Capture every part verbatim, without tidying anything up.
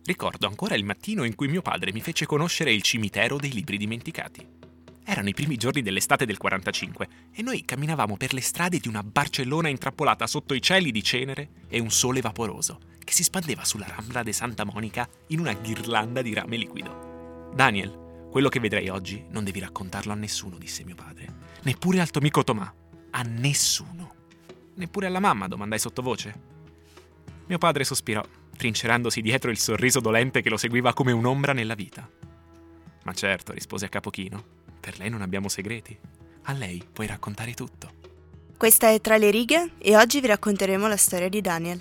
Ricordo ancora il mattino in cui mio padre mi fece conoscere il cimitero dei libri dimenticati. Erano i primi giorni dell'estate del quarantacinque e noi camminavamo per le strade di una Barcellona intrappolata sotto i cieli di cenere e un sole vaporoso che si spandeva sulla Rambla de Santa Monica in una ghirlanda di rame liquido. Daniel, quello che vedrai oggi non devi raccontarlo a nessuno, disse mio padre. Neppure al tuo amico Tomà. A nessuno. Neppure alla mamma, domandai sottovoce. Mio padre sospirò, trincerandosi dietro il sorriso dolente che lo seguiva come un'ombra nella vita. Ma certo, rispose a capo chino. Per lei non abbiamo segreti. A lei puoi raccontare tutto. Questa è Tra le righe e oggi vi racconteremo la storia di Daniel.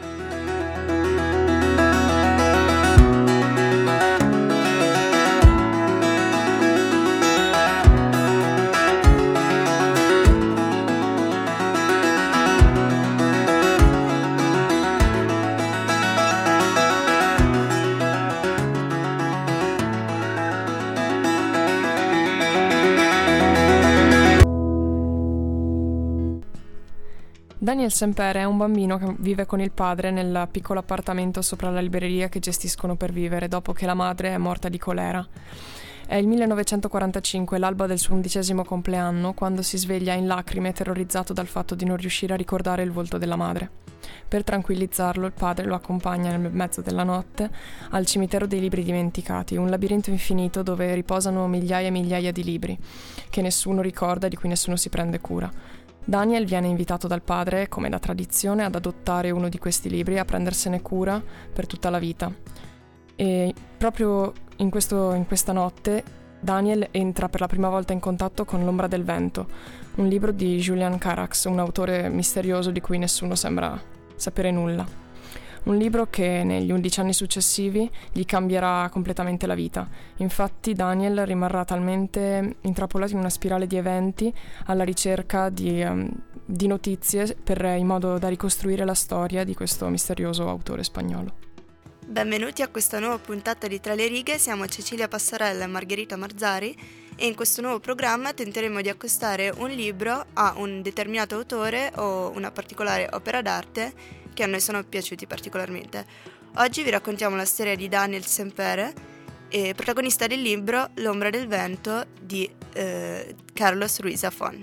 Daniel Sempere è un bambino che vive con il padre nel piccolo appartamento sopra la libreria che gestiscono per vivere dopo che la madre è morta di colera. È il millenovecentoquarantacinque, l'alba del suo undicesimo compleanno, quando si sveglia in lacrime terrorizzato dal fatto di non riuscire a ricordare il volto della madre. Per tranquillizzarlo, il padre lo accompagna nel mezzo della notte al cimitero dei libri dimenticati, un labirinto infinito dove riposano migliaia e migliaia di libri, che nessuno ricorda e di cui nessuno si prende cura. Daniel viene invitato dal padre, come da tradizione, ad adottare uno di questi libri e a prendersene cura per tutta la vita. E proprio in, questo, in questa notte Daniel entra per la prima volta in contatto con L'ombra del vento, un libro di Julian Carax, un autore misterioso di cui nessuno sembra sapere nulla. Un libro che negli undici anni successivi gli cambierà completamente la vita. Infatti Daniel rimarrà talmente intrappolato in una spirale di eventi alla ricerca di, um, di notizie per, in modo da ricostruire la storia di questo misterioso autore spagnolo. Benvenuti a questa nuova puntata di Tra le righe, siamo Cecilia Passarella e Margherita Marzari e in questo nuovo programma tenteremo di accostare un libro a un determinato autore o una particolare opera d'arte che a noi sono piaciuti particolarmente. Oggi vi raccontiamo la storia di Daniel Sempere, e protagonista del libro L'ombra del vento di eh, Carlos Ruiz Zafón.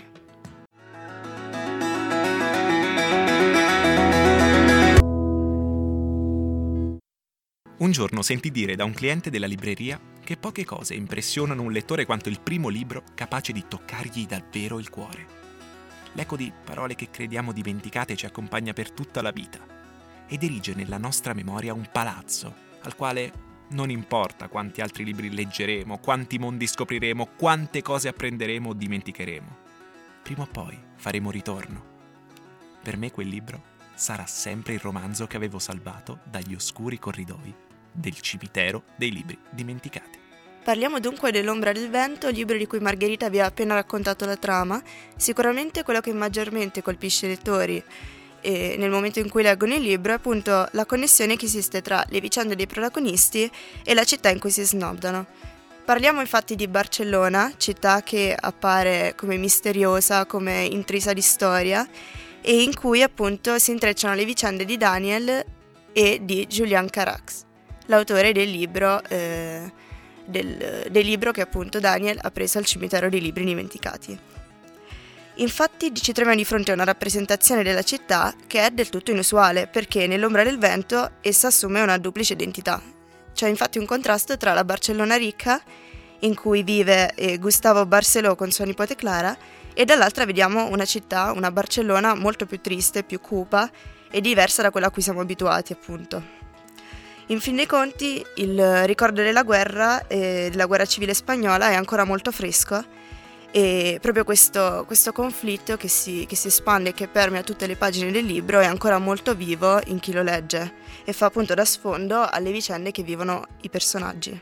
Un giorno sentì dire da un cliente della libreria che poche cose impressionano un lettore quanto il primo libro capace di toccargli davvero il cuore. L'eco di parole che crediamo dimenticate ci accompagna per tutta la vita ed erige nella nostra memoria un palazzo al quale non importa quanti altri libri leggeremo, quanti mondi scopriremo, quante cose apprenderemo o dimenticheremo. Prima o poi faremo ritorno. Per me quel libro sarà sempre il romanzo che avevo salvato dagli oscuri corridoi del cimitero dei libri dimenticati. Parliamo dunque dell'ombra del vento, libro di cui Margherita vi ha appena raccontato la trama. Sicuramente quello che maggiormente colpisce i lettori e nel momento in cui leggono il libro è appunto la connessione che esiste tra le vicende dei protagonisti e la città in cui si snodano. Parliamo infatti di Barcellona, città che appare come misteriosa, come intrisa di storia e in cui appunto si intrecciano le vicende di Daniel e di Julian Carax, l'autore del libro eh, Del, del libro che appunto Daniel ha preso al cimitero dei libri dimenticati. Infatti ci troviamo di fronte a una rappresentazione della città che è del tutto inusuale, perché nell'ombra del vento essa assume una duplice identità. C'è infatti un contrasto tra la Barcellona ricca, in cui vive eh, Gustavo Barceló con sua nipote Clara, e dall'altra vediamo una città, una Barcellona molto più triste, più cupa e diversa da quella a cui siamo abituati appunto. In fin dei conti, il ricordo della guerra e della guerra civile spagnola è ancora molto fresco e proprio questo, questo conflitto che si, che si espande e che permea tutte le pagine del libro è ancora molto vivo in chi lo legge e fa appunto da sfondo alle vicende che vivono i personaggi.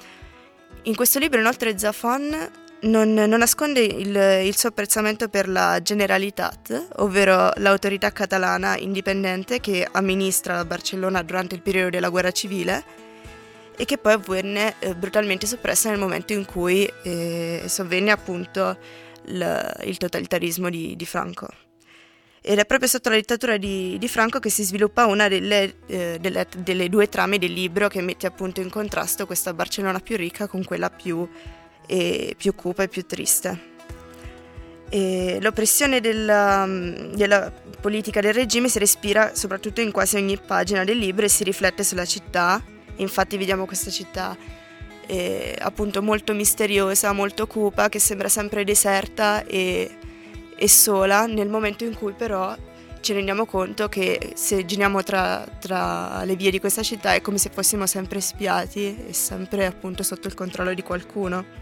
In questo libro inoltre Zafón Non, non nasconde il, il suo apprezzamento per la Generalitat, ovvero l'autorità catalana indipendente che amministra la Barcellona durante il periodo della guerra civile e che poi venne eh, brutalmente soppressa nel momento in cui eh, sovvenne appunto il, il totalitarismo di, di Franco. Ed è proprio sotto la dittatura di, di Franco che si sviluppa una delle, eh, delle, delle due trame del libro, che mette appunto in contrasto questa Barcellona più ricca con quella più, eh, più cupa e più triste. E l'oppressione della, della politica del regime si respira soprattutto in quasi ogni pagina del libro e si riflette sulla città. Infatti vediamo questa città eh, appunto molto misteriosa, molto cupa, che sembra sempre deserta e e sola, nel momento in cui però ci rendiamo conto che se giriamo tra, tra le vie di questa città è come se fossimo sempre spiati e sempre appunto sotto il controllo di qualcuno.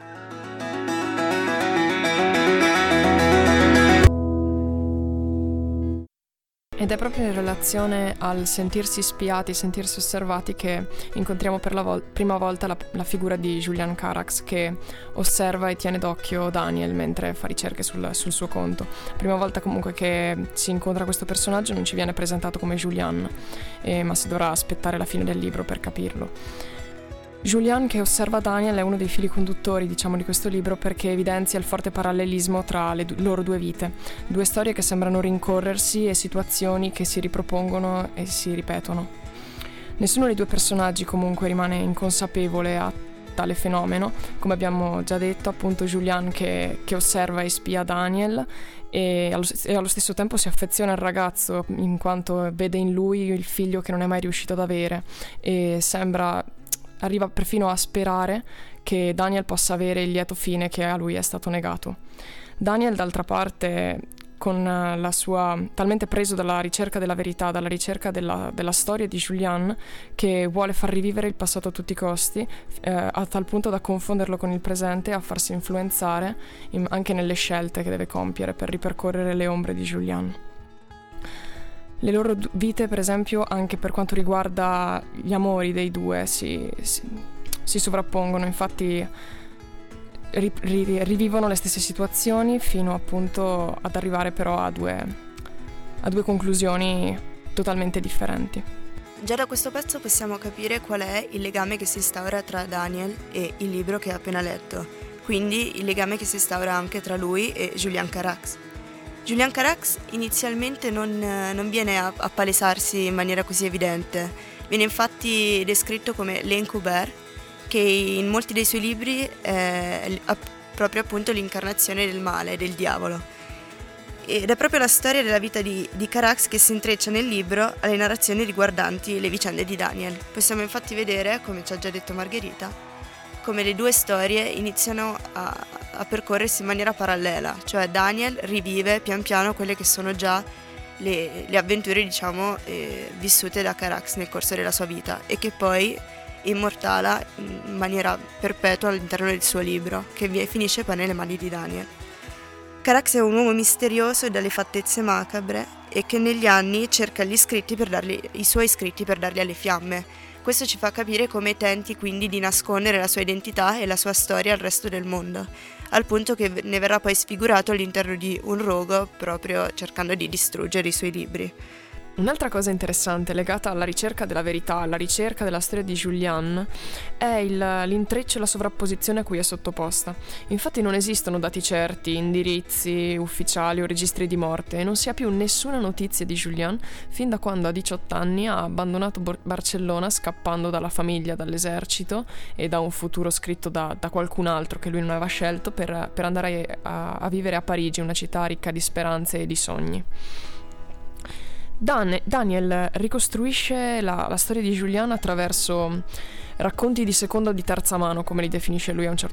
Ed è proprio in relazione al sentirsi spiati, sentirsi osservati, che incontriamo per la vol- prima volta la, la figura di Julian Carax, che osserva e tiene d'occhio Daniel mentre fa ricerche sul, sul suo conto. Prima volta comunque che si incontra questo personaggio non ci viene presentato come Julian, eh, ma si dovrà aspettare la fine del libro per capirlo. Julian, che osserva Daniel, è uno dei fili conduttori, diciamo, di questo libro, perché evidenzia il forte parallelismo tra le du- loro due vite, due storie che sembrano rincorrersi e situazioni che si ripropongono e si ripetono. Nessuno dei due personaggi comunque rimane inconsapevole a tale fenomeno, come abbiamo già detto, appunto Julian che, che osserva e spia Daniel e allo, e allo stesso tempo si affeziona al ragazzo in quanto vede in lui il figlio che non è mai riuscito ad avere e sembra... arriva perfino a sperare che Daniel possa avere il lieto fine che a lui è stato negato. Daniel, d'altra parte, con la sua talmente preso dalla ricerca della verità, dalla ricerca della, della storia di Julian, che vuole far rivivere il passato a tutti i costi, eh, a tal punto da confonderlo con il presente e a farsi influenzare in, anche nelle scelte che deve compiere per ripercorrere le ombre di Julian. Le loro vite, per esempio, anche per quanto riguarda gli amori dei due, si, si, si sovrappongono, infatti ri, ri, rivivono le stesse situazioni fino appunto ad arrivare però a due, a due conclusioni totalmente differenti. Già da questo pezzo possiamo capire qual è il legame che si instaura tra Daniel e il libro che ha appena letto, quindi il legame che si instaura anche tra lui e Julian Carax. Julian Carax inizialmente non, non viene a, a palesarsi in maniera così evidente, viene infatti descritto come l'incuber, che in molti dei suoi libri è proprio appunto l'incarnazione del male, del diavolo. Ed è proprio la storia della vita di, di Carax che si intreccia nel libro alle narrazioni riguardanti le vicende di Daniel. Possiamo infatti vedere, come ci ha già detto Margherita, come le due storie iniziano a, a percorrersi in maniera parallela, cioè Daniel rivive pian piano quelle che sono già le, le avventure, diciamo, eh, vissute da Carax nel corso della sua vita e che poi immortala in maniera perpetua all'interno del suo libro, che finisce poi nelle mani di Daniel. Carax è un uomo misterioso e dalle fattezze macabre e che negli anni cerca gli scritti per darli, i suoi scritti per darli alle fiamme. Questo ci fa capire come tenti quindi di nascondere la sua identità e la sua storia al resto del mondo, al punto che ne verrà poi sfigurato all'interno di un rogo proprio cercando di distruggere i suoi libri. Un'altra cosa interessante legata alla ricerca della verità, alla ricerca della storia di Julian, è il, l'intreccio e la sovrapposizione a cui è sottoposta. Infatti non esistono dati certi, indirizzi ufficiali o registri di morte e non si ha più nessuna notizia di Julian fin da quando a diciotto anni ha abbandonato Barcellona scappando dalla famiglia, dall'esercito e da un futuro scritto da, da qualcun altro che lui non aveva scelto per, per andare a, a vivere a Parigi, una città ricca di speranze e di sogni. Dan- Daniel ricostruisce la, la storia di Julian attraverso racconti di seconda o di terza mano, come li definisce lui a un certo